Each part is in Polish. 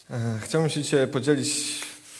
Chciałbym się dzisiaj podzielić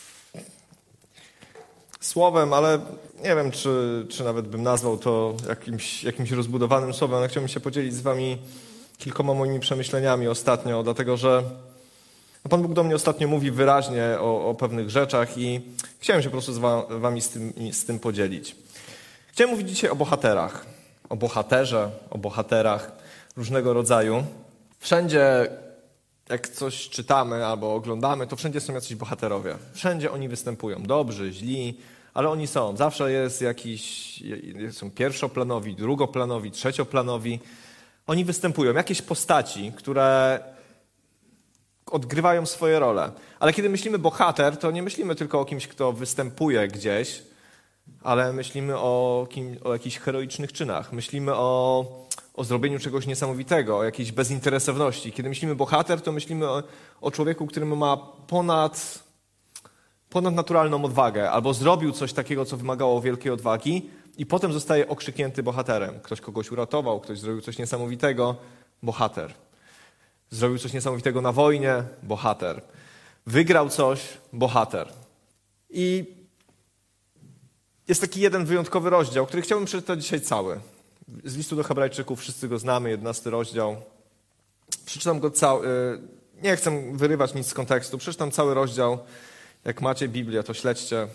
słowem, ale nie wiem, czy nawet bym nazwał to jakimś rozbudowanym słowem, ale chciałbym się podzielić z wami kilkoma moimi przemyśleniami ostatnio, dlatego że Pan Bóg do mnie ostatnio mówi wyraźnie o pewnych rzeczach i chciałem się po prostu z wami z tym podzielić. Chciałem mówić dzisiaj o bohaterach, o bohaterze, o bohaterach różnego rodzaju. Wszędzie, jak coś czytamy albo oglądamy, to wszędzie są jacyś bohaterowie. Wszędzie oni występują, dobrzy, źli, ale oni są. Zawsze jest są pierwszoplanowi, drugoplanowi, trzecioplanowi. Oni występują, jakieś postaci, które odgrywają swoje role. Ale kiedy myślimy bohater, to nie myślimy tylko o kimś, kto występuje gdzieś, ale myślimy o jakichś heroicznych czynach. Myślimy o zrobieniu czegoś niesamowitego, o jakiejś bezinteresowności. Kiedy myślimy bohater, to myślimy o człowieku, który ma ponadnaturalną odwagę, albo zrobił coś takiego, co wymagało wielkiej odwagi i potem zostaje okrzyknięty bohaterem. Ktoś kogoś uratował, ktoś zrobił coś niesamowitego, bohater. Zrobił coś niesamowitego na wojnie, bohater. Wygrał coś, bohater. I jest taki jeden wyjątkowy rozdział, który chciałbym przeczytać dzisiaj cały. Z listu do Hebrajczyków, wszyscy go znamy, 11 rozdział. Przeczytam go cały. Nie chcę wyrywać nic z kontekstu. Przeczytam cały rozdział. Jak macie Biblię, to śledźcie.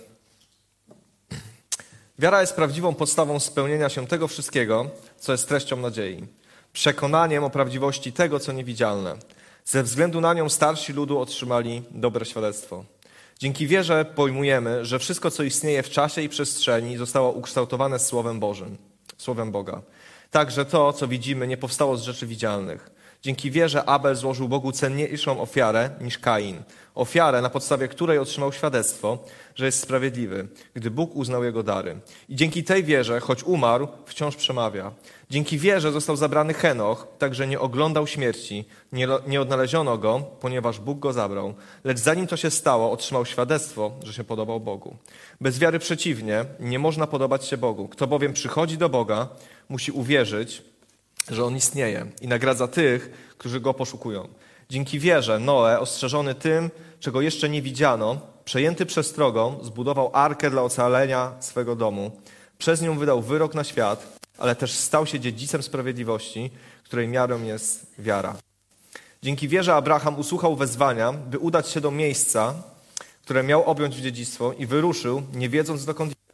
Wiara jest prawdziwą podstawą spełnienia się tego wszystkiego, co jest treścią nadziei. Przekonaniem o prawdziwości tego, co niewidzialne. Ze względu na nią starsi ludu otrzymali dobre świadectwo. Dzięki wierze pojmujemy, że wszystko, co istnieje w czasie i przestrzeni, zostało ukształtowane Słowem Bożym, Słowem Boga. Także to, co widzimy, nie powstało z rzeczy widzialnych. Dzięki wierze Abel złożył Bogu cenniejszą ofiarę niż Kain. Ofiarę, na podstawie której otrzymał świadectwo, że jest sprawiedliwy, gdy Bóg uznał jego dary. I dzięki tej wierze, choć umarł, wciąż przemawia. Dzięki wierze został zabrany Henoch, także nie oglądał śmierci. Nie odnaleziono go, ponieważ Bóg go zabrał. Lecz zanim to się stało, otrzymał świadectwo, że się podobał Bogu. Bez wiary przeciwnie, nie można podobać się Bogu. Kto bowiem przychodzi do Boga, musi uwierzyć, że On istnieje i nagradza tych, którzy Go poszukują. Dzięki wierze Noe, ostrzeżony tym, czego jeszcze nie widziano, przejęty przestrogą, zbudował arkę dla ocalenia swego domu. Przez nią wydał wyrok na świat, ale też stał się dziedzicem sprawiedliwości, której miarą jest wiara. Dzięki wierze Abraham usłuchał wezwania, by udać się do miejsca, które miał objąć w dziedzictwo i wyruszył, nie wiedząc dokąd idzie.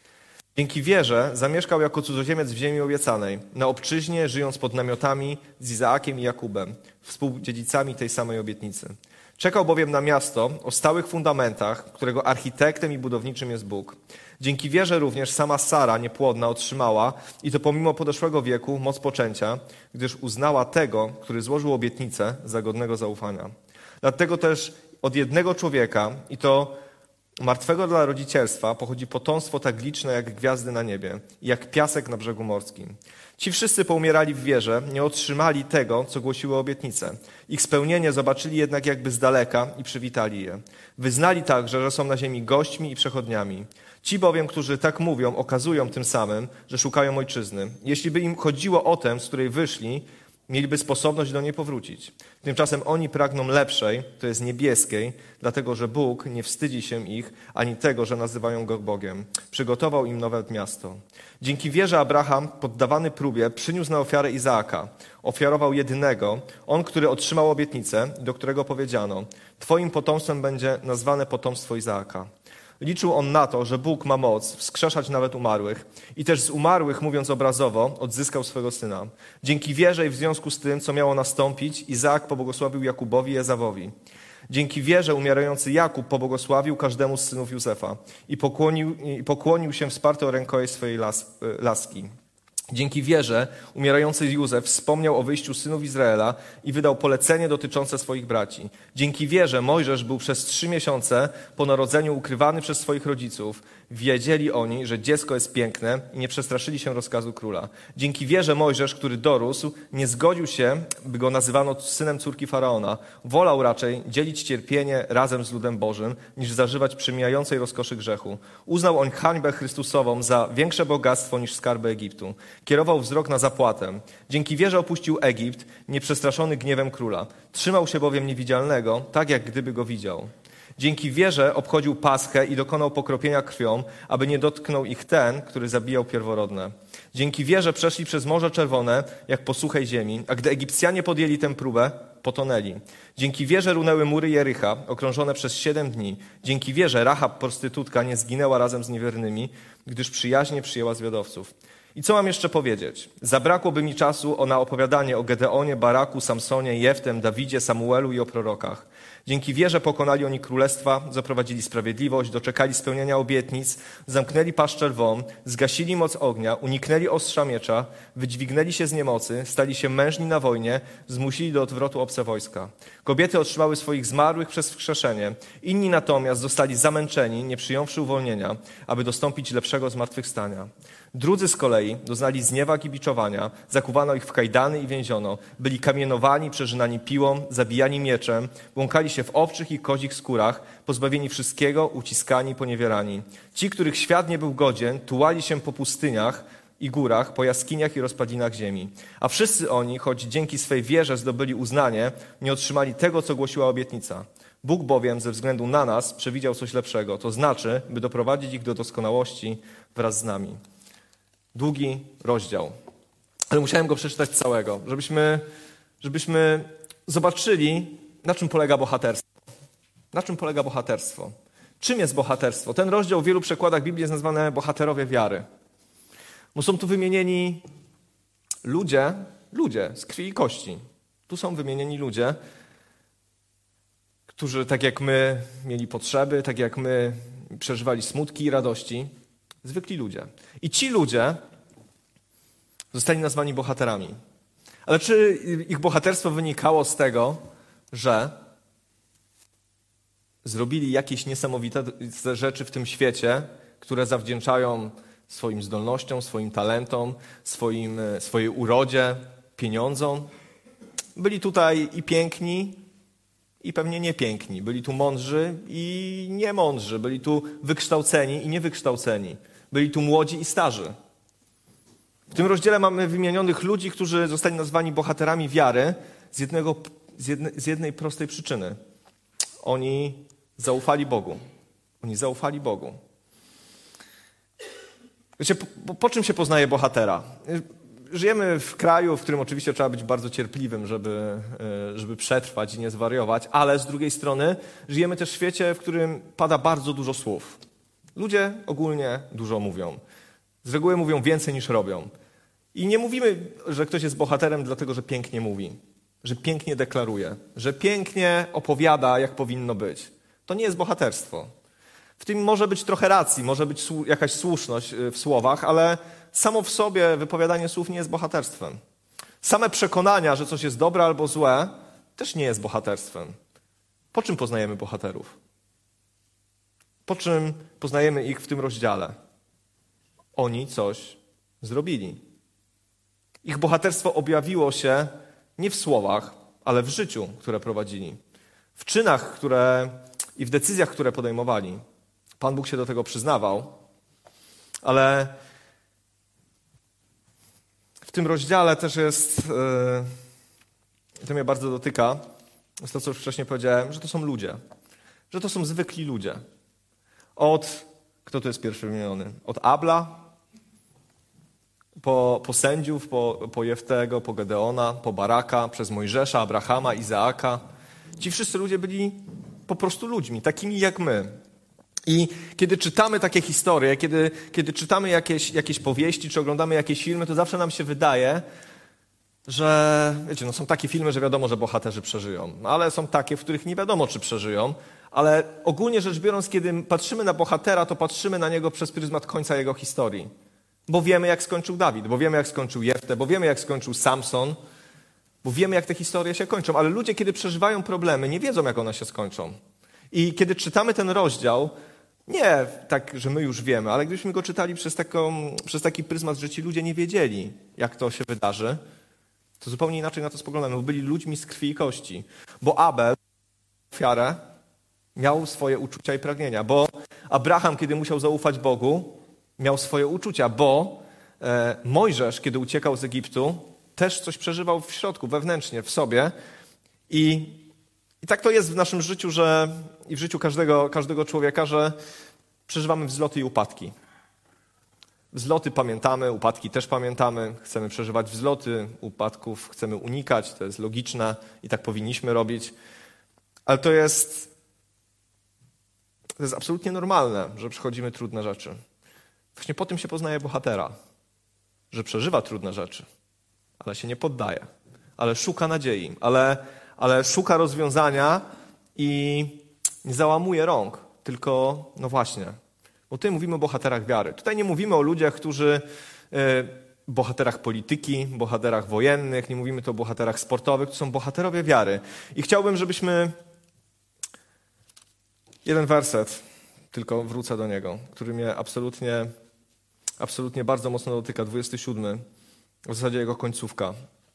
Dzięki wierze zamieszkał jako cudzoziemiec w ziemi obiecanej, na obczyźnie, żyjąc pod namiotami z Izaakiem i Jakubem, współdziedzicami tej samej obietnicy. Czekał bowiem na miasto o stałych fundamentach, którego architektem i budowniczym jest Bóg. Dzięki wierze również sama Sara, niepłodna, otrzymała, i to pomimo podeszłego wieku, moc poczęcia, gdyż uznała tego, który złożył obietnicę, za godnego zaufania. Dlatego też od jednego człowieka, i to martwego dla rodzicielstwa, pochodzi potomstwo tak liczne jak gwiazdy na niebie i jak piasek na brzegu morskim. Ci wszyscy poumierali w wierze, nie otrzymali tego, co głosiły obietnice. Ich spełnienie zobaczyli jednak jakby z daleka i przywitali je. Wyznali także, że są na ziemi gośćmi i przechodniami. Ci bowiem, którzy tak mówią, okazują tym samym, że szukają ojczyzny. Jeśli by im chodziło o tę, z której wyszli, mieliby sposobność do niej powrócić. Tymczasem oni pragną lepszej, to jest niebieskiej, dlatego że Bóg nie wstydzi się ich, ani tego, że nazywają Go Bogiem. Przygotował im nowe miasto. Dzięki wierze Abraham, poddawany próbie, przyniósł na ofiarę Izaaka. Ofiarował jedynego, on, który otrzymał obietnicę, do którego powiedziano: Twoim potomstwem będzie nazwane potomstwo Izaaka. Liczył on na to, że Bóg ma moc wskrzeszać nawet umarłych i też z umarłych, mówiąc obrazowo, odzyskał swego syna. Dzięki wierze i w związku z tym, co miało nastąpić, Izaak pobłogosławił Jakubowi i Ezawowi. Dzięki wierze umierający Jakub pobłogosławił każdemu z synów Józefa i pokłonił się wsparty o rękojeść swojej laski. Dzięki wierze umierający Józef wspomniał o wyjściu synów Izraela i wydał polecenie dotyczące swoich braci. Dzięki wierze Mojżesz był przez 3 miesiące po narodzeniu ukrywany przez swoich rodziców. Wiedzieli oni, że dziecko jest piękne i nie przestraszyli się rozkazu króla. Dzięki wierze Mojżesz, który dorósł, nie zgodził się, by go nazywano synem córki Faraona. Wolał raczej dzielić cierpienie razem z ludem Bożym, niż zażywać przemijającej rozkoszy grzechu. Uznał on hańbę Chrystusową za większe bogactwo niż skarby Egiptu. Kierował wzrok na zapłatę. Dzięki wierze opuścił Egipt, nieprzestraszony gniewem króla. Trzymał się bowiem niewidzialnego, tak jak gdyby go widział. Dzięki wierze obchodził Paschę i dokonał pokropienia krwią, aby nie dotknął ich ten, który zabijał pierworodne. Dzięki wierze przeszli przez Morze Czerwone, jak po suchej ziemi, a gdy Egipcjanie podjęli tę próbę, potonęli. Dzięki wierze runęły mury Jericha, okrążone przez 7 dni. Dzięki wierze Rahab, prostytutka, nie zginęła razem z niewiernymi, gdyż przyjaźnie przyjęła zwiadowców. I co mam jeszcze powiedzieć? Zabrakłoby mi czasu na opowiadanie o Gedeonie, Baraku, Samsonie, Jeftem, Dawidzie, Samuelu i o prorokach. Dzięki wierze pokonali oni królestwa, zaprowadzili sprawiedliwość, doczekali spełnienia obietnic, zamknęli paszczę lwom, zgasili moc ognia, uniknęli ostrza miecza, wydźwignęli się z niemocy, stali się mężni na wojnie, zmusili do odwrotu obce wojska. Kobiety otrzymały swoich zmarłych przez wskrzeszenie, inni natomiast zostali zamęczeni, nie przyjąwszy uwolnienia, aby dostąpić lepszego zmartwychwstania. Drudzy z kolei doznali zniewag i biczowania, zakuwano ich w kajdany i więziono, byli kamienowani, przerzynani piłą, zabijani mieczem, błąkali się w owczych i kozich skórach, pozbawieni wszystkiego, uciskani, poniewierani. Ci, których świat nie był godzien, tułali się po pustyniach i górach, po jaskiniach i rozpadlinach ziemi. A wszyscy oni, choć dzięki swej wierze zdobyli uznanie, nie otrzymali tego, co głosiła obietnica. Bóg bowiem ze względu na nas przewidział coś lepszego, to znaczy, by doprowadzić ich do doskonałości wraz z nami. Długi rozdział, ale musiałem go przeczytać całego, żebyśmy zobaczyli, na czym polega bohaterstwo. Na czym polega bohaterstwo? Czym jest bohaterstwo? Ten rozdział w wielu przekładach Biblii jest nazwany bohaterowie wiary. Bo są tu wymienieni ludzie z krwi i kości. Tu są wymienieni ludzie, którzy tak jak my mieli potrzeby, tak jak my przeżywali smutki i radości. Zwykli ludzie. I ci ludzie zostali nazwani bohaterami. Ale czy ich bohaterstwo wynikało z tego, że zrobili jakieś niesamowite rzeczy w tym świecie, które zawdzięczają swoim zdolnościom, swoim talentom, swojej urodzie, pieniądzom? Byli tutaj i piękni, i pewnie niepiękni. Byli tu mądrzy i niemądrzy. Byli tu wykształceni i niewykształceni. Byli tu młodzi i starzy. W tym rozdziale mamy wymienionych ludzi, którzy zostali nazwani bohaterami wiary z jednej prostej przyczyny. Oni zaufali Bogu. Oni zaufali Bogu. Wiecie, po czym się poznaje bohatera? Żyjemy w kraju, w którym oczywiście trzeba być bardzo cierpliwym, żeby przetrwać i nie zwariować, ale z drugiej strony żyjemy też w świecie, w którym pada bardzo dużo słów. Ludzie ogólnie dużo mówią. Z reguły mówią więcej niż robią. I nie mówimy, że ktoś jest bohaterem dlatego, że pięknie mówi, że pięknie deklaruje, że pięknie opowiada, jak powinno być. To nie jest bohaterstwo. W tym może być trochę racji, może być jakaś słuszność w słowach, ale samo w sobie wypowiadanie słów nie jest bohaterstwem. Same przekonania, że coś jest dobre albo złe, też nie jest bohaterstwem. Po czym poznajemy bohaterów? Po czym poznajemy ich w tym rozdziale? Oni coś zrobili. Ich bohaterstwo objawiło się nie w słowach, ale w życiu, które prowadzili. W czynach i w decyzjach, które podejmowali. Pan Bóg się do tego przyznawał, ale w tym rozdziale też jest, to mnie bardzo dotyka, jest to, co już wcześniej powiedziałem, że to są ludzie. Że to są zwykli ludzie. Kto tu jest pierwszy wymieniony? Od Abla, po sędziów, po Jeftego, po Gedeona, po Baraka, przez Mojżesza, Abrahama, Izaaka. Ci wszyscy ludzie byli po prostu ludźmi, takimi jak my. I kiedy czytamy takie historie, kiedy czytamy jakieś powieści, czy oglądamy jakieś filmy, to zawsze nam się wydaje, że wiecie, są takie filmy, że wiadomo, że bohaterzy przeżyją, ale są takie, w których nie wiadomo, czy przeżyją, ale ogólnie rzecz biorąc, kiedy patrzymy na bohatera, to patrzymy na niego przez pryzmat końca jego historii. Bo wiemy, jak skończył Dawid, bo wiemy, jak skończył Jeftę, bo wiemy, jak skończył Samson, bo wiemy, jak te historie się kończą. Ale ludzie, kiedy przeżywają problemy, nie wiedzą, jak one się skończą. I kiedy czytamy ten rozdział, nie tak, że my już wiemy, ale gdybyśmy go czytali przez taki pryzmat, że ci ludzie nie wiedzieli, jak to się wydarzy, to zupełnie inaczej na to spoglądamy, bo byli ludźmi z krwi i kości. Bo Abel, ofiarę, miał swoje uczucia i pragnienia. Bo Abraham, kiedy musiał zaufać Bogu, miał swoje uczucia, bo Mojżesz, kiedy uciekał z Egiptu, też coś przeżywał w środku, wewnętrznie, w sobie. I tak to jest w naszym życiu, i w życiu każdego człowieka, że przeżywamy wzloty i upadki. Wzloty pamiętamy, upadki też pamiętamy. Chcemy przeżywać wzloty, upadków chcemy unikać, to jest logiczne i tak powinniśmy robić. Ale to jest absolutnie normalne, że przechodzimy trudne rzeczy. Właśnie po tym się poznaje bohatera, że przeżywa trudne rzeczy, ale się nie poddaje, ale szuka nadziei, ale szuka rozwiązania i nie załamuje rąk, tylko no właśnie. Bo tutaj mówimy o bohaterach wiary. Tutaj nie mówimy o ludziach, którzy bohaterach polityki, bohaterach wojennych, nie mówimy tu o bohaterach sportowych, to są bohaterowie wiary. I chciałbym, żebyśmy jeden werset, tylko wrócę do niego, który mnie absolutnie bardzo mocno dotyka, 27, w zasadzie jego końcówka.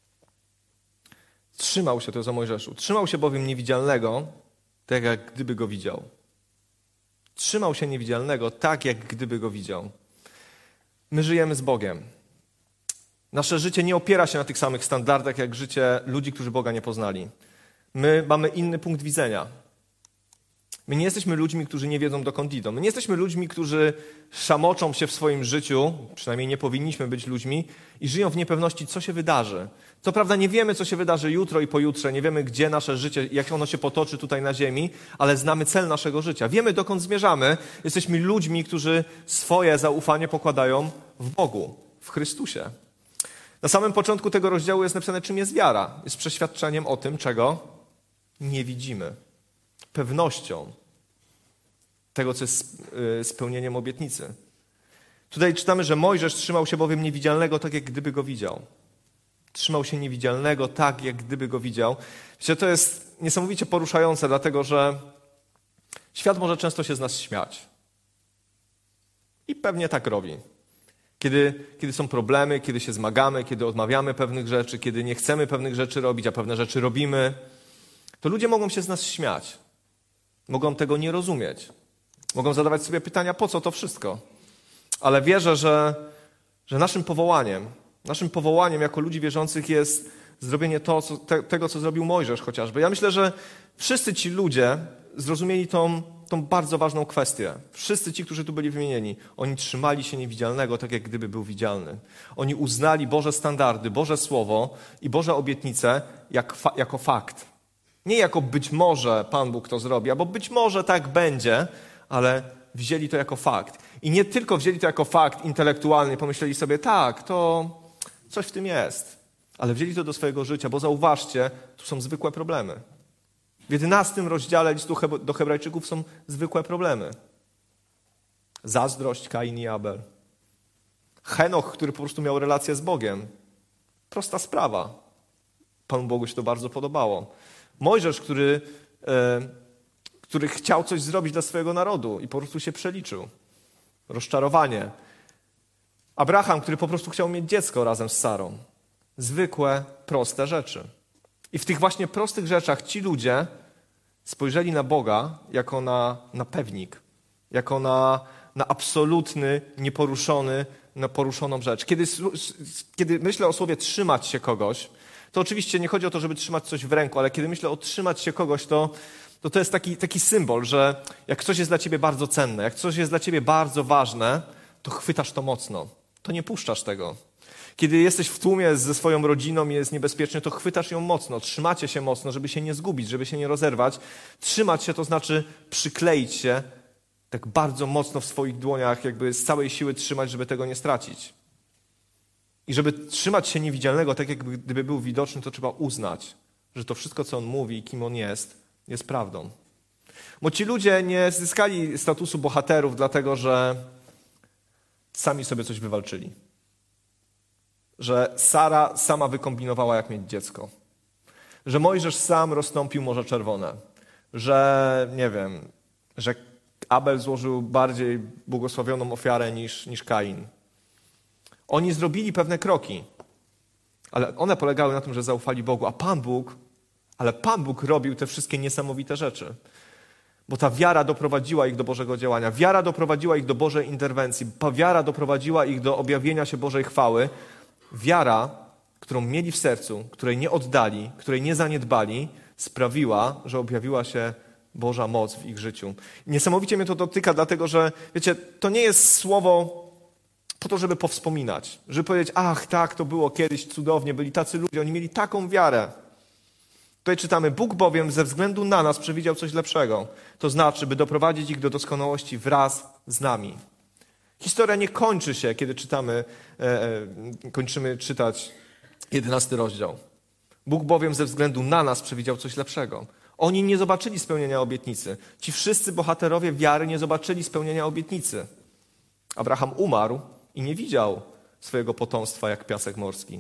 Trzymał się, to jest o Mojżeszu, trzymał się bowiem niewidzialnego, tak jak gdyby go widział. Trzymał się niewidzialnego, tak jak gdyby go widział. My żyjemy z Bogiem. Nasze życie nie opiera się na tych samych standardach, jak życie ludzi, którzy Boga nie poznali. My mamy inny punkt widzenia. My nie jesteśmy ludźmi, którzy nie wiedzą, dokąd idą. My nie jesteśmy ludźmi, którzy szamoczą się w swoim życiu, przynajmniej nie powinniśmy być ludźmi, i żyją w niepewności, co się wydarzy. Co prawda nie wiemy, co się wydarzy jutro i pojutrze, nie wiemy, gdzie nasze życie, jak ono się potoczy tutaj na ziemi, ale znamy cel naszego życia. Wiemy, dokąd zmierzamy. Jesteśmy ludźmi, którzy swoje zaufanie pokładają w Bogu, w Chrystusie. Na samym początku tego rozdziału jest napisane, czym jest wiara. Jest przeświadczeniem o tym, czego nie widzimy. Pewnością tego, co jest spełnieniem obietnicy. Tutaj czytamy, że Mojżesz trzymał się bowiem niewidzialnego tak, jak gdyby go widział. Trzymał się niewidzialnego tak, jak gdyby go widział. Wiecie, to jest niesamowicie poruszające, dlatego że świat może często się z nas śmiać. I pewnie tak robi. Kiedy są problemy, kiedy się zmagamy, kiedy odmawiamy pewnych rzeczy, kiedy nie chcemy pewnych rzeczy robić, a pewne rzeczy robimy, to ludzie mogą się z nas śmiać. Mogą tego nie rozumieć. Mogą zadawać sobie pytania, po co to wszystko? Ale wierzę, że naszym powołaniem jako ludzi wierzących jest zrobienie tego, co zrobił Mojżesz chociażby. Ja myślę, że wszyscy ci ludzie zrozumieli tą bardzo ważną kwestię. Wszyscy ci, którzy tu byli wymienieni, oni trzymali się niewidzialnego, tak jak gdyby był widzialny. Oni uznali Boże standardy, Boże Słowo i Boże obietnice jako fakt. Nie jako być może Pan Bóg to zrobi, albo być może tak będzie, ale wzięli to jako fakt. I nie tylko wzięli to jako fakt intelektualny, pomyśleli sobie, tak, to coś w tym jest, ale wzięli to do swojego życia, bo zauważcie, tu są zwykłe problemy. W 11 rozdziale listu do Hebrajczyków są zwykłe problemy. Zazdrość, Kain i Abel. Henoch, który po prostu miał relację z Bogiem. Prosta sprawa. Panu Bogu się to bardzo podobało. Mojżesz, który chciał coś zrobić dla swojego narodu i po prostu się przeliczył. Rozczarowanie. Abraham, który po prostu chciał mieć dziecko razem z Sarą. Zwykłe, proste rzeczy. I w tych właśnie prostych rzeczach ci ludzie spojrzeli na Boga jako na pewnik, jako na absolutny, nieporuszony, na poruszoną rzecz. Kiedy myślę o słowie trzymać się kogoś, to oczywiście nie chodzi o to, żeby trzymać coś w ręku, ale kiedy myślę o trzymać się kogoś, to jest taki symbol, że jak coś jest dla ciebie bardzo cenne, jak coś jest dla ciebie bardzo ważne, to chwytasz to mocno. To nie puszczasz tego. Kiedy jesteś w tłumie ze swoją rodziną i jest niebezpiecznie, to chwytasz ją mocno, trzymacie się mocno, żeby się nie zgubić, żeby się nie rozerwać. Trzymać się to znaczy przykleić się tak bardzo mocno w swoich dłoniach, jakby z całej siły trzymać, żeby tego nie stracić. I żeby trzymać się niewidzialnego, tak jak gdyby był widoczny, to trzeba uznać, że to wszystko, co on mówi i kim on jest prawdą. Bo ci ludzie nie zyskali statusu bohaterów, dlatego że sami sobie coś wywalczyli. Że Sara sama wykombinowała, jak mieć dziecko. Że Mojżesz sam rozstąpił Morze Czerwone. Że, nie wiem, że Abel złożył bardziej błogosławioną ofiarę niż Kain. Oni zrobili pewne kroki, ale one polegały na tym, że zaufali Bogu, ale Pan Bóg robił te wszystkie niesamowite rzeczy. Bo ta wiara doprowadziła ich do Bożego działania. Wiara doprowadziła ich do Bożej interwencji. Wiara doprowadziła ich do objawienia się Bożej chwały. Wiara, którą mieli w sercu, której nie oddali, której nie zaniedbali, sprawiła, że objawiła się Boża moc w ich życiu. Niesamowicie mnie to dotyka, dlatego że, wiecie, to nie jest słowo po to, żeby powspominać. Żeby powiedzieć, ach tak, to było kiedyś cudownie, byli tacy ludzie, oni mieli taką wiarę. Tutaj czytamy, Bóg bowiem ze względu na nas przewidział coś lepszego. To znaczy, by doprowadzić ich do doskonałości wraz z nami. Historia nie kończy się, kiedy kończymy czytać 11 rozdział. Bóg bowiem ze względu na nas przewidział coś lepszego. Oni nie zobaczyli spełnienia obietnicy. Ci wszyscy bohaterowie wiary nie zobaczyli spełnienia obietnicy. Abraham umarł i nie widział swojego potomstwa jak piasek morski.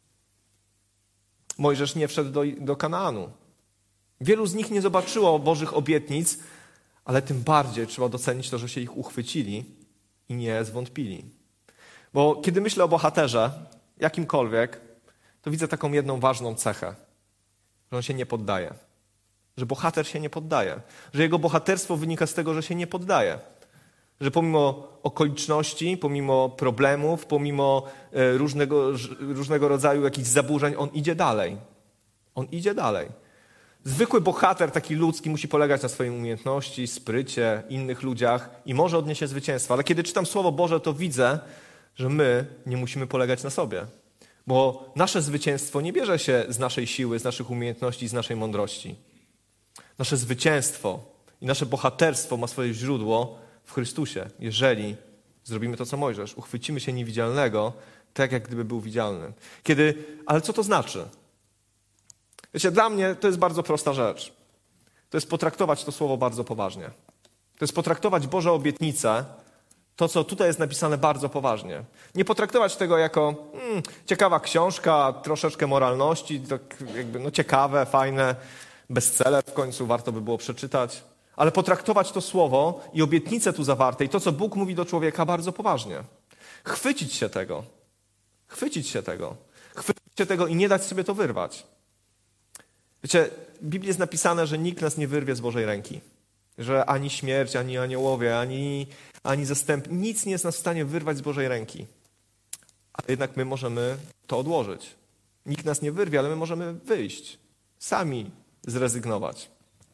Mojżesz nie wszedł do Kanaanu. Wielu z nich nie zobaczyło Bożych obietnic, ale tym bardziej trzeba docenić to, że się ich uchwycili i nie zwątpili. Bo kiedy myślę o bohaterze, jakimkolwiek, to widzę taką jedną ważną cechę, że on się nie poddaje. Że bohater się nie poddaje. Że jego bohaterstwo wynika z tego, że się nie poddaje. Że pomimo okoliczności, pomimo problemów, pomimo różnego rodzaju jakichś zaburzeń, on idzie dalej. On idzie dalej. Zwykły bohater, taki ludzki, musi polegać na swojej umiejętności, sprycie, innych ludziach i może odniesie zwycięstwo. Ale kiedy czytam Słowo Boże, to widzę, że my nie musimy polegać na sobie. Bo nasze zwycięstwo nie bierze się z naszej siły, z naszych umiejętności, z naszej mądrości. Nasze zwycięstwo i nasze bohaterstwo ma swoje źródło w Chrystusie, jeżeli zrobimy to, co Mojżesz. Uchwycimy się niewidzialnego, tak jak gdyby był widzialny. Ale co to znaczy? Wiecie, dla mnie to jest bardzo prosta rzecz. To jest potraktować to słowo bardzo poważnie. To jest potraktować Boże obietnice, to, co tutaj jest napisane, bardzo poważnie. Nie potraktować tego jako ciekawa książka, troszeczkę moralności, tak jakby ciekawe, fajne, bestseller w końcu, warto by było przeczytać. Ale potraktować to słowo i obietnice tu zawarte i to, co Bóg mówi do człowieka, bardzo poważnie. Chwycić się tego. Chwycić się tego. Chwycić się tego i nie dać sobie to wyrwać. Wiecie, w Biblii jest napisane, że nikt nas nie wyrwie z Bożej ręki. Że ani śmierć, ani aniołowie, ani zastępy, nic nie jest nas w stanie wyrwać z Bożej ręki. Ale jednak my możemy to odłożyć. Nikt nas nie wyrwie, ale my możemy wyjść. Sami zrezygnować.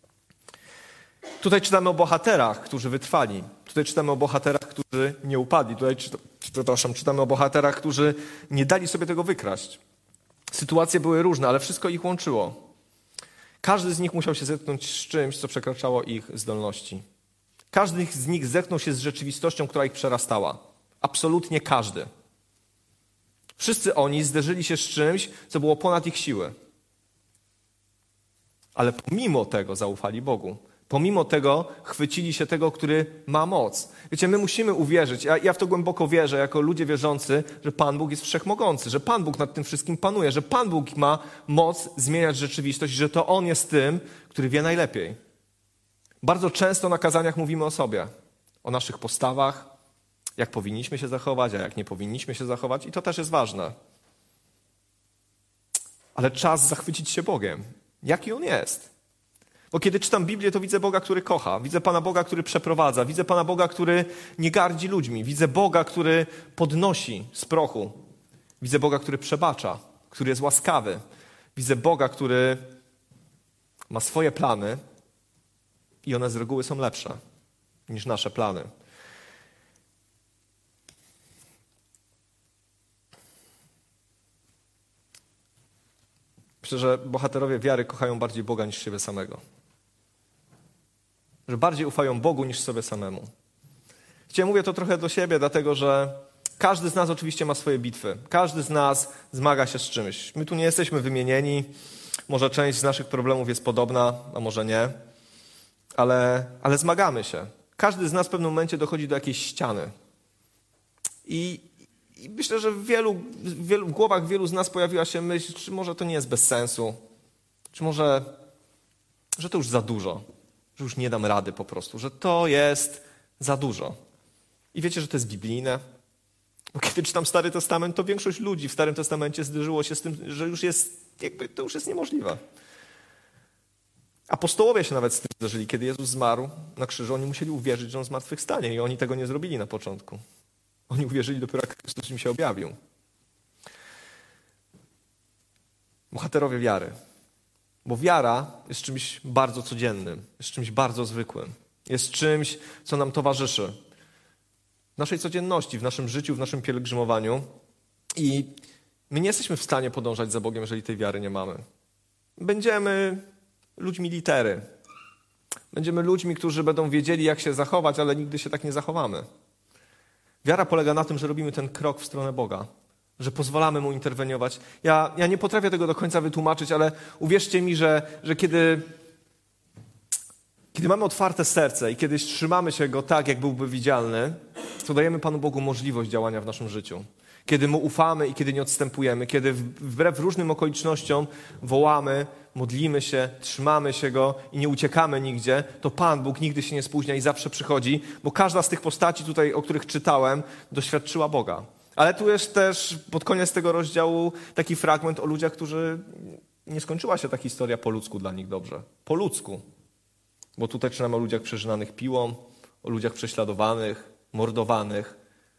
Tutaj czytamy o bohaterach, którzy wytrwali. Tutaj czytamy o bohaterach, którzy nie upadli. Czytamy o bohaterach, którzy nie dali sobie tego wykraść. Sytuacje były różne, ale wszystko ich łączyło. Każdy z nich musiał się zetknąć z czymś, co przekraczało ich zdolności. Każdy z nich zetknął się z rzeczywistością, która ich przerastała. Absolutnie każdy. Wszyscy oni zderzyli się z czymś, co było ponad ich siły. Ale pomimo tego zaufali Bogu. Pomimo tego chwycili się tego, który ma moc. Wiecie, my musimy uwierzyć, ja w to głęboko wierzę, jako ludzie wierzący, że Pan Bóg jest wszechmogący, że Pan Bóg nad tym wszystkim panuje, że Pan Bóg ma moc zmieniać rzeczywistość, że to On jest tym, który wie najlepiej. Bardzo często na kazaniach mówimy o sobie, o naszych postawach, jak powinniśmy się zachować, a jak nie powinniśmy się zachować i to też jest ważne. Ale czas zachwycić się Bogiem. Jaki On jest? Bo kiedy czytam Biblię, to widzę Boga, który kocha. Widzę Pana Boga, który przeprowadza. Widzę Pana Boga, który nie gardzi ludźmi. Widzę Boga, który podnosi z prochu. Widzę Boga, który przebacza, który jest łaskawy. Widzę Boga, który ma swoje plany i one z reguły są lepsze niż nasze plany. Myślę, że bohaterowie wiary kochają bardziej Boga niż siebie samego. Że bardziej ufają Bogu niż sobie samemu. Mówię to trochę do siebie, dlatego że każdy z nas oczywiście ma swoje bitwy. Każdy z nas zmaga się z czymś. My tu nie jesteśmy wymienieni. Może część z naszych problemów jest podobna, a może nie. Ale zmagamy się. Każdy z nas w pewnym momencie dochodzi do jakiejś ściany. I myślę, że w głowach wielu z nas pojawiła się myśl, czy może to nie jest bez sensu, czy może, że to już za dużo, że już nie dam rady po prostu, że to jest za dużo. I wiecie, że to jest biblijne? Bo kiedy czytam Stary Testament, to większość ludzi w Starym Testamencie zderzyło się z tym, że to już jest niemożliwe. Apostołowie się nawet z tym zdarzyli. Kiedy Jezus zmarł na krzyżu, oni musieli uwierzyć, że On zmartwychwstanie i oni tego nie zrobili na początku. Oni uwierzyli dopiero, jak Chrystus im się objawił. Bohaterowie wiary. Bo wiara jest czymś bardzo codziennym, jest czymś bardzo zwykłym. Jest czymś, co nam towarzyszy w naszej codzienności, w naszym życiu, w naszym pielgrzymowaniu. I my nie jesteśmy w stanie podążać za Bogiem, jeżeli tej wiary nie mamy. Będziemy ludźmi litery. Będziemy ludźmi, którzy będą wiedzieli, jak się zachować, ale nigdy się tak nie zachowamy. Wiara polega na tym, że robimy ten krok w stronę Boga, że pozwalamy Mu interweniować. Ja nie potrafię tego do końca wytłumaczyć, ale uwierzcie mi, że kiedy mamy otwarte serce i kiedy trzymamy się Go tak, jak byłby widzialny, to dajemy Panu Bogu możliwość działania w naszym życiu. Kiedy Mu ufamy i kiedy nie odstępujemy, kiedy wbrew różnym okolicznościom wołamy, modlimy się, trzymamy się Go i nie uciekamy nigdzie, to Pan Bóg nigdy się nie spóźnia i zawsze przychodzi, bo każda z tych postaci tutaj, o których czytałem, doświadczyła Boga. Ale tu jest też pod koniec tego rozdziału taki fragment o ludziach, którzy nie skończyła się ta historia po ludzku dla nich dobrze. Po ludzku. Bo tutaj czytamy o ludziach przeżynanych piłą, o ludziach prześladowanych, mordowanych,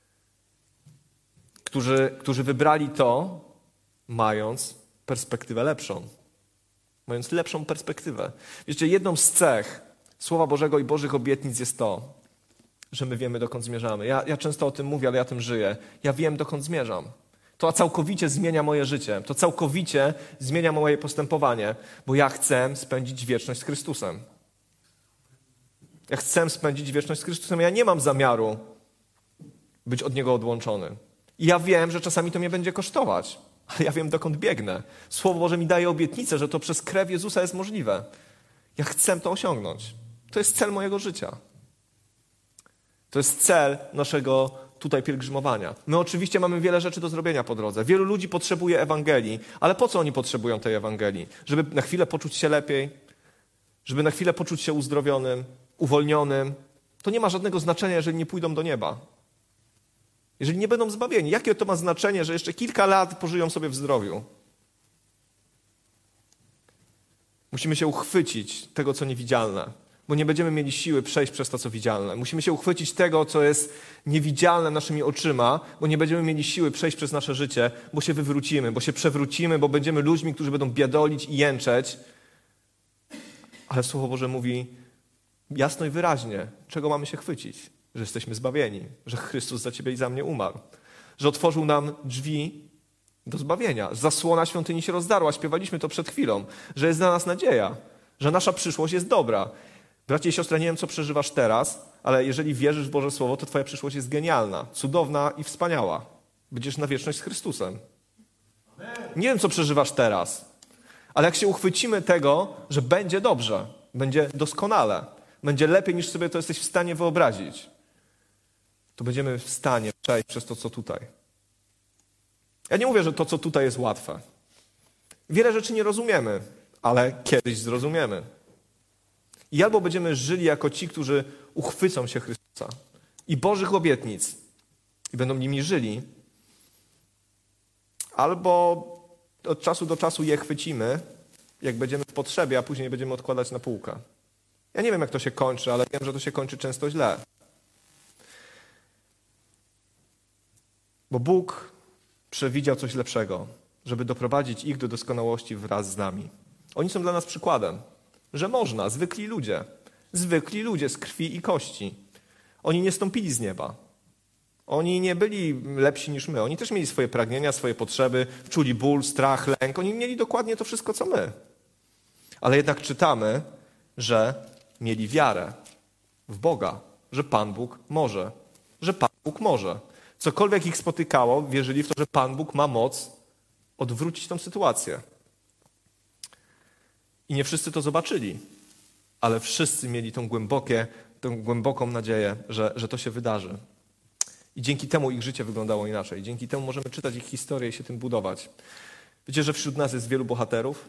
którzy wybrali to, mając perspektywę lepszą. Mając lepszą perspektywę. Wiecie, jedną z cech Słowa Bożego i Bożych obietnic jest to, że my wiemy, dokąd zmierzamy. Ja często o tym mówię, ale ja tym żyję. Ja wiem, dokąd zmierzam. To całkowicie zmienia moje życie. To całkowicie zmienia moje postępowanie, bo ja chcę spędzić wieczność z Chrystusem. Ja chcę spędzić wieczność z Chrystusem. Ja nie mam zamiaru być od Niego odłączony. I ja wiem, że czasami to mnie będzie kosztować, ale ja wiem, dokąd biegnę. Słowo Boże mi daje obietnicę, że to przez krew Jezusa jest możliwe. Ja chcę to osiągnąć. To jest cel mojego życia. To jest cel naszego tutaj pielgrzymowania. My oczywiście mamy wiele rzeczy do zrobienia po drodze. Wielu ludzi potrzebuje Ewangelii, ale po co oni potrzebują tej Ewangelii? Żeby na chwilę poczuć się lepiej, żeby na chwilę poczuć się uzdrowionym, uwolnionym. To nie ma żadnego znaczenia, jeżeli nie pójdą do nieba. Jeżeli nie będą zbawieni, jakie to ma znaczenie, że jeszcze kilka lat pożyją sobie w zdrowiu? Musimy się uchwycić tego, co niewidzialne, bo nie będziemy mieli siły przejść przez to, co widzialne. Musimy się uchwycić tego, co jest niewidzialne naszymi oczyma, bo nie będziemy mieli siły przejść przez nasze życie, bo się wywrócimy, bo się przewrócimy, bo będziemy ludźmi, którzy będą biadolić i jęczeć. Ale Słowo Boże mówi jasno i wyraźnie, czego mamy się chwycić. Że jesteśmy zbawieni, że Chrystus za ciebie i za mnie umarł, że otworzył nam drzwi do zbawienia. Zasłona świątyni się rozdarła, śpiewaliśmy to przed chwilą, że jest dla nas nadzieja, że nasza przyszłość jest dobra. Bracie i siostry, nie wiem, co przeżywasz teraz, ale jeżeli wierzysz w Boże Słowo, to twoja przyszłość jest genialna, cudowna i wspaniała. Będziesz na wieczność z Chrystusem. Nie wiem, co przeżywasz teraz, ale jak się uchwycimy tego, że będzie dobrze, będzie doskonale, będzie lepiej, niż sobie to jesteś w stanie wyobrazić, to będziemy w stanie przejść przez to, co tutaj. Ja nie mówię, że to, co tutaj jest łatwe. Wiele rzeczy nie rozumiemy, ale kiedyś zrozumiemy. I albo będziemy żyli jako ci, którzy uchwycą się Chrystusa i Bożych obietnic i będą nimi żyli, albo od czasu do czasu je chwycimy, jak będziemy w potrzebie, a później będziemy odkładać na półkę. Ja nie wiem, jak to się kończy, ale wiem, że to się kończy często źle. Bo Bóg przewidział coś lepszego, żeby doprowadzić ich do doskonałości wraz z nami. Oni są dla nas przykładem, że można, zwykli ludzie z krwi i kości. Oni nie stąpili z nieba. Oni nie byli lepsi niż my. Oni też mieli swoje pragnienia, swoje potrzeby, czuli ból, strach, lęk. Oni mieli dokładnie to wszystko, co my. Ale jednak czytamy, że mieli wiarę w Boga, że Pan Bóg może. Że Pan Bóg może. Cokolwiek ich spotykało, wierzyli w to, że Pan Bóg ma moc odwrócić tę sytuację. I nie wszyscy to zobaczyli, ale wszyscy mieli tą głęboką nadzieję, że to się wydarzy. I dzięki temu ich życie wyglądało inaczej. Dzięki temu możemy czytać ich historię i się tym budować. Wiecie, że wśród nas jest wielu bohaterów?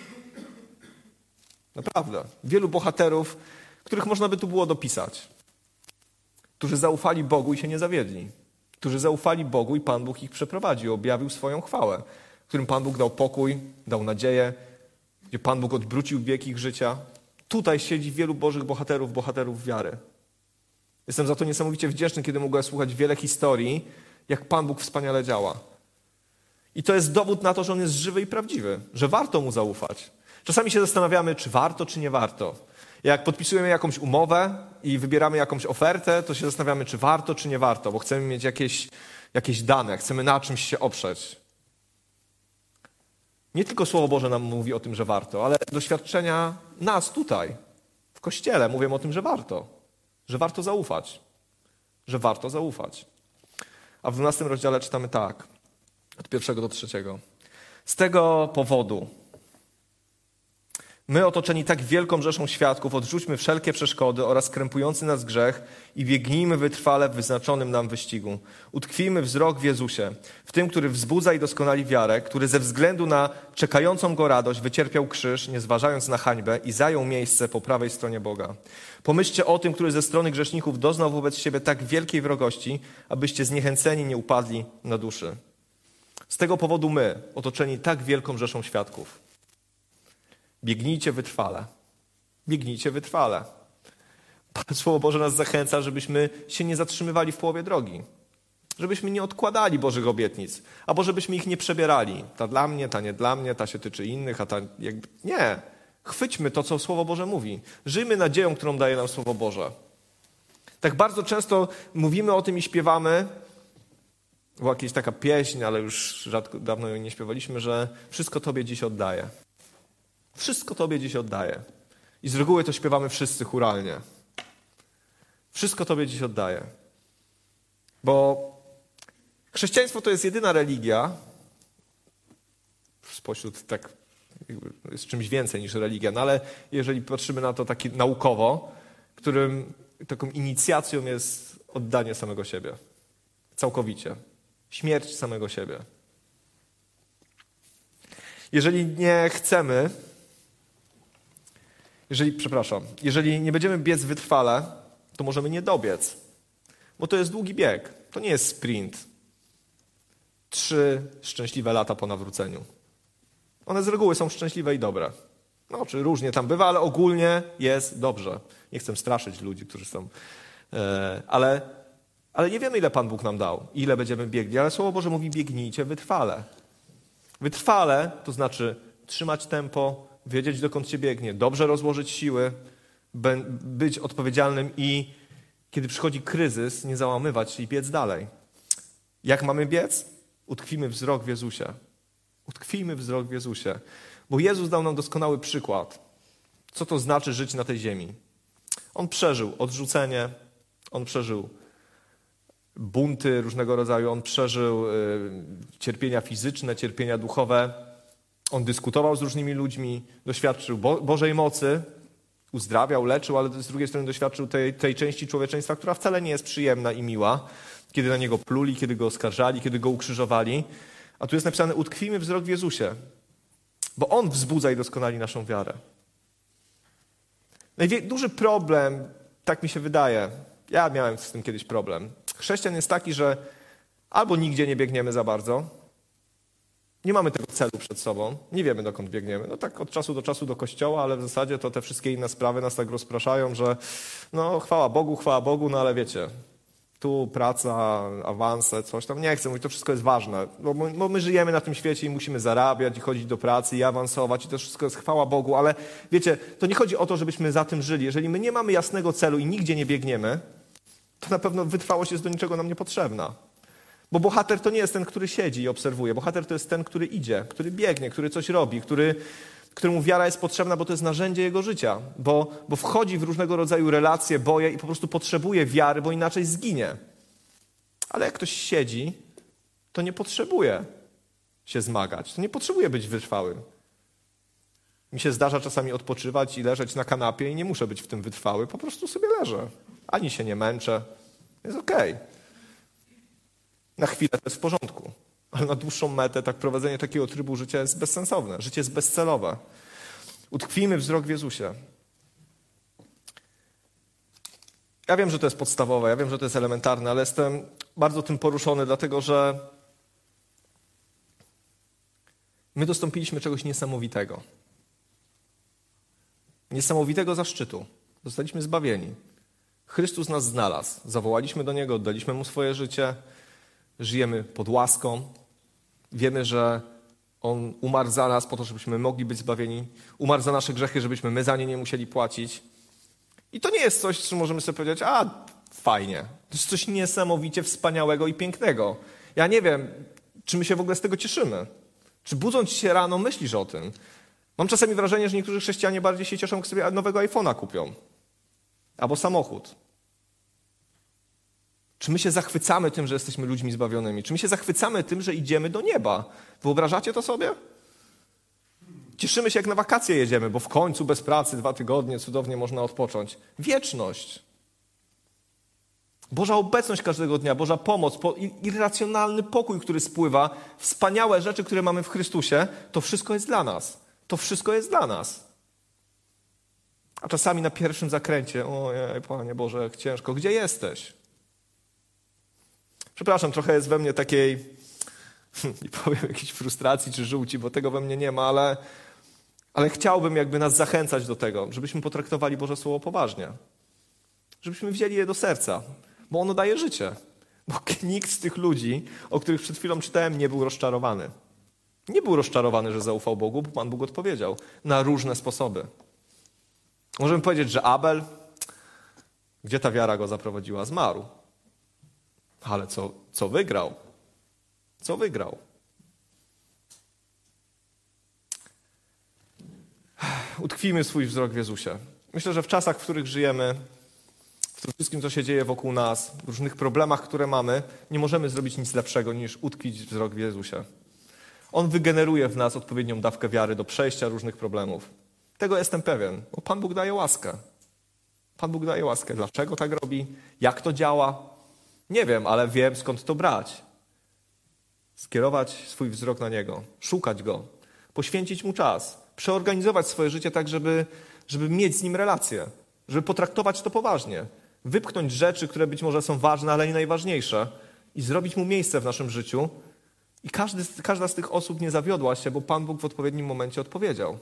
Naprawdę. Wielu bohaterów, których można by tu było dopisać. Którzy zaufali Bogu i się nie zawiedli. Którzy zaufali Bogu i Pan Bóg ich przeprowadził, objawił swoją chwałę. Którym Pan Bóg dał pokój, dał nadzieję, gdzie Pan Bóg odwrócił bieg ich życia. tutaj siedzi wielu Bożych bohaterów wiary. Jestem za to niesamowicie wdzięczny, kiedy mogłem słuchać wiele historii, jak Pan Bóg wspaniale działa. I to jest dowód na to, że On jest żywy i prawdziwy, że warto Mu zaufać. Czasami się zastanawiamy, czy warto, czy nie warto. Jak podpisujemy jakąś umowę i wybieramy jakąś ofertę, to się zastanawiamy, czy warto, czy nie warto, bo chcemy mieć jakieś dane, chcemy na czymś się oprzeć. Nie tylko Słowo Boże nam mówi o tym, że warto, ale doświadczenia nas tutaj, w Kościele, mówią o tym, że warto zaufać, że warto zaufać. A w 12 rozdziale czytamy tak, od 1 do 3. Z tego powodu my, otoczeni tak wielką rzeszą świadków, odrzućmy wszelkie przeszkody oraz krępujący nas grzech i biegnijmy wytrwale w wyznaczonym nam wyścigu. Utkwijmy wzrok w Jezusie, w tym, który wzbudza i doskonali wiarę, który ze względu na czekającą Go radość wycierpiał krzyż, nie zważając na hańbę i zajął miejsce po prawej stronie Boga. Pomyślcie o tym, który ze strony grzeszników doznał wobec siebie tak wielkiej wrogości, abyście zniechęceni nie upadli na duszy. Z tego powodu my, otoczeni tak wielką rzeszą świadków, biegnijcie wytrwale. Biegnijcie wytrwale. Słowo Boże nas zachęca, żebyśmy się nie zatrzymywali w połowie drogi. Żebyśmy nie odkładali Bożych obietnic. Albo żebyśmy ich nie przebierali. Ta dla mnie, ta nie dla mnie, ta się tyczy innych, a ta jakby... Nie. Chwyćmy to, co Słowo Boże mówi. Żyjmy nadzieją, którą daje nam Słowo Boże. Tak bardzo często mówimy o tym i śpiewamy. Była jakaś taka pieśń, ale już dawno ją nie śpiewaliśmy, że wszystko Tobie dziś oddaję. Wszystko Tobie dziś oddaję. I z reguły to śpiewamy wszyscy chóralnie. Wszystko Tobie dziś oddaję. Bo chrześcijaństwo to jest jedyna religia, spośród tak, jest czymś więcej niż religia, no ale jeżeli patrzymy na to tak naukowo, którym taką inicjacją jest oddanie samego siebie. Całkowicie. Śmierć samego siebie. Jeżeli nie chcemy, jeżeli nie będziemy biec wytrwale, to możemy nie dobiec. Bo to jest długi bieg. To nie jest sprint. 3 szczęśliwe lata po nawróceniu. One z reguły są szczęśliwe i dobre. No, czy różnie tam bywa, ale ogólnie jest dobrze. Nie chcę straszyć ludzi, którzy są... Ale nie wiemy, ile Pan Bóg nam dał. Ile będziemy biegli. Ale Słowo Boże mówi, biegnijcie wytrwale. Wytrwale to znaczy trzymać tempo, wiedzieć, dokąd się biegnie, dobrze rozłożyć siły, być odpowiedzialnym i kiedy przychodzi kryzys, nie załamywać się i biec dalej. Jak mamy biec? Utkwijmy wzrok w Jezusie. Utkwijmy wzrok w Jezusie. Bo Jezus dał nam doskonały przykład. Co to znaczy żyć na tej ziemi? On przeżył odrzucenie, on przeżył bunty różnego rodzaju, on przeżył cierpienia fizyczne, cierpienia duchowe. On dyskutował z różnymi ludźmi, doświadczył Bożej mocy, uzdrawiał, leczył, ale z drugiej strony doświadczył tej części człowieczeństwa, która wcale nie jest przyjemna i miła, kiedy na Niego pluli, kiedy Go oskarżali, kiedy Go ukrzyżowali. A tu jest napisane, utkwijmy wzrok w Jezusie, bo On wzbudza i doskonali naszą wiarę. Duży problem, tak mi się wydaje, ja miałem z tym kiedyś problem. Chrześcijan jest taki, że albo nigdzie nie biegniemy za bardzo, nie mamy tego celu przed sobą, nie wiemy, dokąd biegniemy. No tak od czasu do czasu do kościoła, ale w zasadzie to te wszystkie inne sprawy nas tak rozpraszają, że no chwała Bogu, no ale wiecie, tu praca, awanse, coś tam, nie chcę mówić, to wszystko jest ważne, bo my żyjemy na tym świecie i musimy zarabiać i chodzić do pracy i awansować i to wszystko jest chwała Bogu, ale wiecie, to nie chodzi o to, żebyśmy za tym żyli. Jeżeli my nie mamy jasnego celu i nigdzie nie biegniemy, to na pewno wytrwałość jest do niczego nam niepotrzebna. Bo bohater to nie jest ten, który siedzi i obserwuje. Bohater to jest ten, który idzie, który biegnie, który coś robi, któremu wiara jest potrzebna, bo to jest narzędzie jego życia. Bo wchodzi w różnego rodzaju relacje, boje i po prostu potrzebuje wiary, bo inaczej zginie. Ale jak ktoś siedzi, to nie potrzebuje się zmagać. To nie potrzebuje być wytrwałym. Mi się zdarza czasami odpoczywać i leżeć na kanapie i nie muszę być w tym wytrwały. Po prostu sobie leżę. Ani się nie męczę. Jest okej. Na chwilę to jest w porządku, ale na dłuższą metę tak prowadzenie takiego trybu życia jest bezsensowne. Życie jest bezcelowe. Utkwijmy wzrok w Jezusie. Ja wiem, że to jest podstawowe, ja wiem, że to jest elementarne, ale jestem bardzo tym poruszony, dlatego że my dostąpiliśmy czegoś niesamowitego. niesamowitego zaszczytu. Zostaliśmy zbawieni. Chrystus nas znalazł. Zawołaliśmy do Niego, oddaliśmy Mu swoje życie. Żyjemy pod łaską. Wiemy, że On umarł za nas po to, żebyśmy mogli być zbawieni. Umarł za nasze grzechy, żebyśmy my za nie nie musieli płacić. I to nie jest coś, co możemy sobie powiedzieć, fajnie. To jest coś niesamowicie wspaniałego i pięknego. Ja nie wiem, czy my się w ogóle z tego cieszymy. Czy budząc się rano myślisz o tym? Mam czasami wrażenie, że niektórzy chrześcijanie bardziej się cieszą, jak sobie nowego iPhone'a kupią. Albo samochód. Czy my się zachwycamy tym, że jesteśmy ludźmi zbawionymi? Czy my się zachwycamy tym, że idziemy do nieba? Wyobrażacie to sobie? Cieszymy się, jak na wakacje jedziemy, bo w końcu bez pracy 2 tygodnie cudownie można odpocząć. Wieczność. Boża obecność każdego dnia, Boża pomoc, irracjonalny pokój, który spływa, wspaniałe rzeczy, które mamy w Chrystusie, to wszystko jest dla nas. To wszystko jest dla nas. A czasami na pierwszym zakręcie, ojej, Panie Boże, jak ciężko, gdzie jesteś? Przepraszam, trochę jest we mnie takiej, nie powiem jakiejś frustracji czy żółci, bo tego we mnie nie ma, ale chciałbym jakby nas zachęcać do tego, żebyśmy potraktowali Boże Słowo poważnie. Żebyśmy wzięli je do serca, bo ono daje życie. Bo nikt z tych ludzi, o których przed chwilą czytałem, nie był rozczarowany. Nie był rozczarowany, że zaufał Bogu, bo Pan Bóg odpowiedział na różne sposoby. Możemy powiedzieć, że Abel, gdzie ta wiara go zaprowadziła? Zmarł. Ale co wygrał? Co wygrał? Utkwijmy swój wzrok w Jezusie. Myślę, że w czasach, w których żyjemy, w tym wszystkim, co się dzieje wokół nas, w różnych problemach, które mamy, nie możemy zrobić nic lepszego niż utkwić wzrok w Jezusie. On wygeneruje w nas odpowiednią dawkę wiary do przejścia różnych problemów. Tego jestem pewien, bo Pan Bóg daje łaskę. Pan Bóg daje łaskę. Dlaczego tak robi? Jak to działa? Nie wiem, ale wiem, skąd to brać. Skierować swój wzrok na Niego, szukać Go, poświęcić Mu czas, przeorganizować swoje życie tak, żeby mieć z Nim relację, żeby potraktować to poważnie, wypchnąć rzeczy, które być może są ważne, ale nie najważniejsze i zrobić Mu miejsce w naszym życiu. I każda z tych osób nie zawiodła się, bo Pan Bóg w odpowiednim momencie odpowiedział.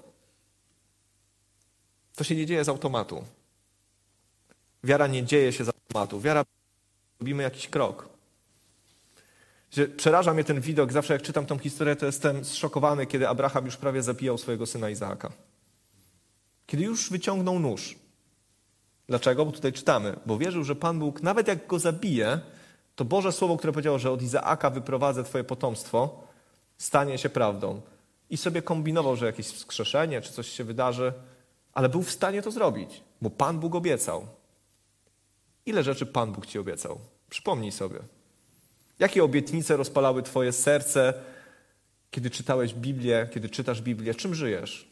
To się nie dzieje z automatu. Wiara nie dzieje się z automatu. Wiara, robimy jakiś krok. Przeraża mnie ten widok. Zawsze jak czytam tą historię, to jestem zszokowany, kiedy Abraham już prawie zabijał swojego syna Izaaka. Kiedy już wyciągnął nóż. Dlaczego? Bo tutaj czytamy. Bo wierzył, że Pan Bóg, nawet jak go zabije, to Boże Słowo, które powiedziało, że od Izaaka wyprowadzę twoje potomstwo, stanie się prawdą. I sobie kombinował, że jakieś wskrzeszenie czy coś się wydarzy, ale był w stanie to zrobić, bo Pan Bóg obiecał. Ile rzeczy Pan Bóg ci obiecał? Przypomnij sobie. Jakie obietnice rozpalały twoje serce, kiedy czytałeś Biblię, kiedy czytasz Biblię? Czym żyjesz?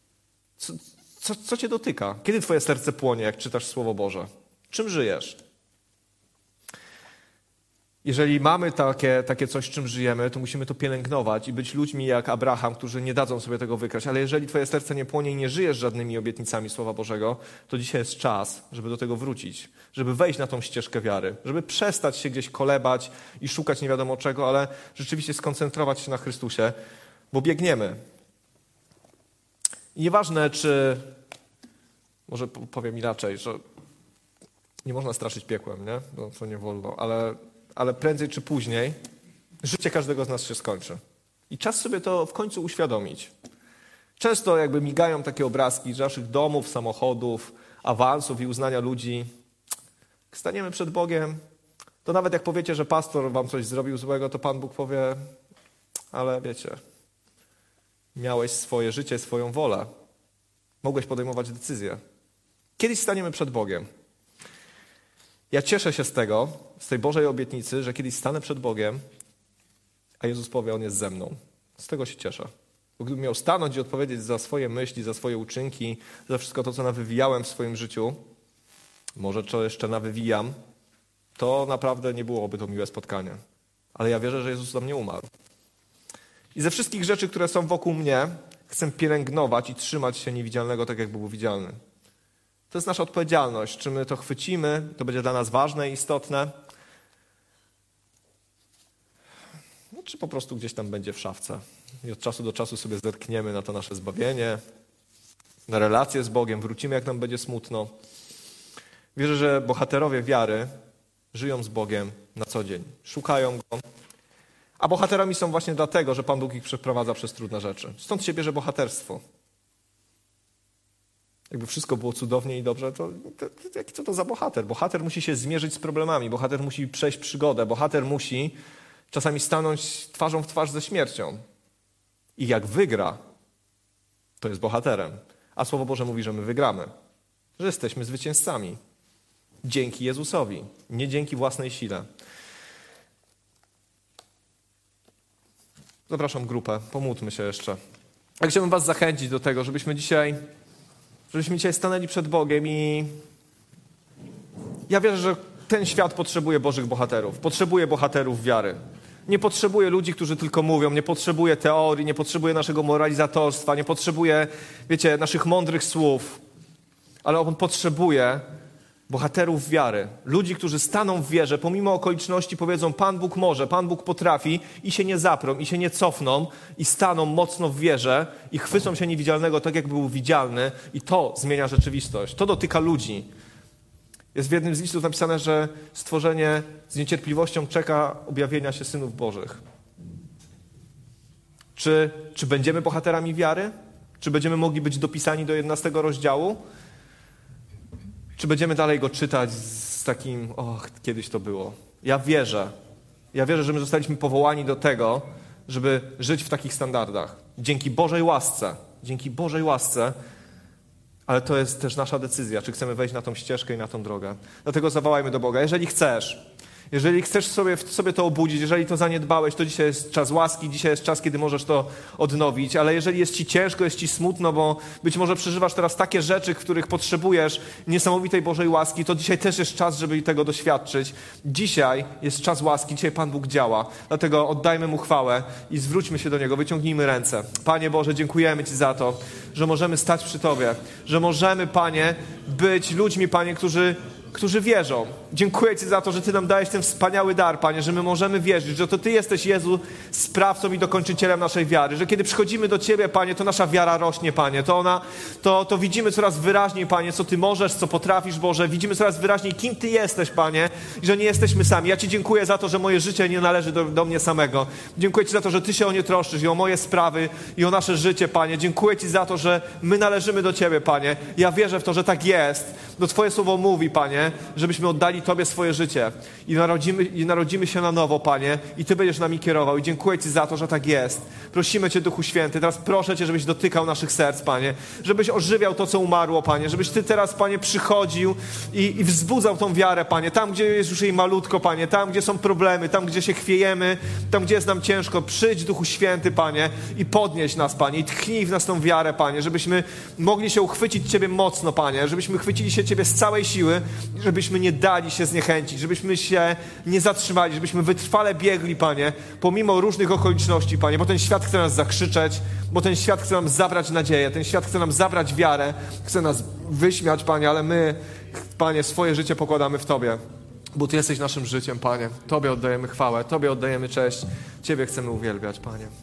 Co cię dotyka? Kiedy twoje serce płonie, jak czytasz Słowo Boże? Czym żyjesz? Jeżeli mamy takie coś, czym żyjemy, to musimy to pielęgnować i być ludźmi jak Abraham, którzy nie dadzą sobie tego wykraść. Ale jeżeli twoje serce nie płonie i nie żyjesz żadnymi obietnicami Słowa Bożego, to dzisiaj jest czas, żeby do tego wrócić, żeby wejść na tą ścieżkę wiary, żeby przestać się gdzieś kolebać i szukać nie wiadomo czego, ale rzeczywiście skoncentrować się na Chrystusie, bo biegniemy. I nieważne, czy... Może powiem inaczej, że nie można straszyć piekłem, nie? No, to nie wolno, ale prędzej czy później życie każdego z nas się skończy. I czas sobie to w końcu uświadomić. Często jakby migają takie obrazki z naszych domów, samochodów, awansów i uznania ludzi. Jak staniemy przed Bogiem, to nawet jak powiecie, że pastor wam coś zrobił złego, to Pan Bóg powie, ale wiecie, miałeś swoje życie, swoją wolę. Mogłeś podejmować decyzje. Kiedyś staniemy przed Bogiem. Ja cieszę się z tej Bożej obietnicy, że kiedyś stanę przed Bogiem, a Jezus powie, On jest ze mną. Z tego się cieszę. Bo gdybym miał stanąć i odpowiedzieć za swoje myśli, za swoje uczynki, za wszystko to, co nawywijałem w swoim życiu, może co jeszcze nawywijam, to naprawdę nie byłoby to miłe spotkanie. Ale ja wierzę, że Jezus za mnie umarł. I ze wszystkich rzeczy, które są wokół mnie, chcę pielęgnować i trzymać się niewidzialnego tak, jak był widzialny. To jest nasza odpowiedzialność. Czy my to chwycimy, to będzie dla nas ważne i istotne, no, czy po prostu gdzieś tam będzie w szafce. I od czasu do czasu sobie zerkniemy na to nasze zbawienie, na relację z Bogiem, wrócimy, jak nam będzie smutno. Wierzę, że bohaterowie wiary żyją z Bogiem na co dzień, szukają Go. A bohaterami są właśnie dlatego, że Pan Bóg ich przeprowadza przez trudne rzeczy. Stąd się bierze bohaterstwo. Jakby wszystko było cudownie i dobrze, co to za bohater? Bohater musi się zmierzyć z problemami, bohater musi przejść przygodę, bohater musi czasami stanąć twarzą w twarz ze śmiercią. I jak wygra, to jest bohaterem. A Słowo Boże mówi, że my wygramy, że jesteśmy zwycięzcami. Dzięki Jezusowi, nie dzięki własnej sile. Zapraszam grupę, pomódlmy się jeszcze. Ja chciałbym was zachęcić do tego, żebyśmy dzisiaj stanęli przed Bogiem i ja wierzę, że ten świat potrzebuje Bożych bohaterów, potrzebuje bohaterów wiary. Nie potrzebuje ludzi, którzy tylko mówią, nie potrzebuje teorii, nie potrzebuje naszego moralizatorstwa, nie potrzebuje, naszych mądrych słów, ale on potrzebuje bohaterów wiary. Ludzi, którzy staną w wierze, pomimo okoliczności powiedzą, Pan Bóg może, Pan Bóg potrafi i się nie zaprą, i się nie cofną i staną mocno w wierze i chwycą się niewidzialnego tak, jak był widzialny i to zmienia rzeczywistość. To dotyka ludzi. Jest w jednym z listów napisane, że stworzenie z niecierpliwością czeka objawienia się synów Bożych. Czy będziemy bohaterami wiary? Czy będziemy mogli być dopisani do 11 rozdziału? Czy będziemy dalej go czytać z takim, kiedyś to było. Ja wierzę, że my zostaliśmy powołani do tego, żeby żyć w takich standardach. Dzięki Bożej łasce, ale to jest też nasza decyzja, czy chcemy wejść na tą ścieżkę i na tą drogę. Dlatego zawołajmy do Boga. Jeżeli chcesz sobie to obudzić, jeżeli to zaniedbałeś, to dzisiaj jest czas łaski, dzisiaj jest czas, kiedy możesz to odnowić, ale jeżeli jest ci ciężko, jest ci smutno, bo być może przeżywasz teraz takie rzeczy, w których potrzebujesz niesamowitej Bożej łaski, to dzisiaj też jest czas, żeby tego doświadczyć. Dzisiaj jest czas łaski, dzisiaj Pan Bóg działa. Dlatego oddajmy Mu chwałę i zwróćmy się do Niego, wyciągnijmy ręce. Panie Boże, dziękujemy Ci za to, że możemy stać przy Tobie, że możemy, Panie, być ludźmi, Panie, którzy wierzą. Dziękuję Ci za to, że Ty nam dajesz ten wspaniały dar, Panie, że my możemy wierzyć, że to Ty jesteś, Jezu, sprawcą i dokończycielem naszej wiary, że kiedy przychodzimy do Ciebie, Panie, to nasza wiara rośnie, Panie, to widzimy coraz wyraźniej, Panie, co Ty możesz, co potrafisz, Boże, widzimy coraz wyraźniej, kim Ty jesteś, Panie, i że nie jesteśmy sami. Ja Ci dziękuję za to, że moje życie nie należy do mnie samego. Dziękuję Ci za to, że Ty się o nie troszczysz i o moje sprawy i o nasze życie, Panie. Dziękuję Ci za to, że my należymy do Ciebie, Panie. Ja wierzę w to, że tak jest. No Twoje słowo mówi, Panie, żebyśmy oddali Tobie swoje życie i narodzimy się na nowo, Panie, i Ty będziesz nami kierował. I dziękuję Ci za to, że tak jest. Prosimy Cię, Duchu Święty, teraz proszę Cię, żebyś dotykał naszych serc, Panie, żebyś ożywiał to, co umarło, Panie, żebyś Ty teraz, Panie, przychodził i wzbudzał tą wiarę, Panie, tam, gdzie jest już jej malutko, Panie, tam, gdzie są problemy, tam, gdzie się chwiejemy, tam, gdzie jest nam ciężko. Przyjdź, Duchu Święty, Panie, i podnieś nas, Panie, i tchnij w nas tą wiarę, Panie, żebyśmy mogli się uchwycić Ciebie mocno, Panie, żebyśmy chwycili się Ciebie z całej siły, żebyśmy nie dali się zniechęcić, żebyśmy się nie zatrzymali, żebyśmy wytrwale biegli, Panie, pomimo różnych okoliczności, Panie, bo ten świat chce nas zakrzyczeć, bo ten świat chce nam zabrać nadzieję, ten świat chce nam zabrać wiarę, chce nas wyśmiać, Panie, ale my, Panie, swoje życie pokładamy w Tobie, bo Ty jesteś naszym życiem, Panie. Tobie oddajemy chwałę, Tobie oddajemy cześć, Ciebie chcemy uwielbiać, Panie.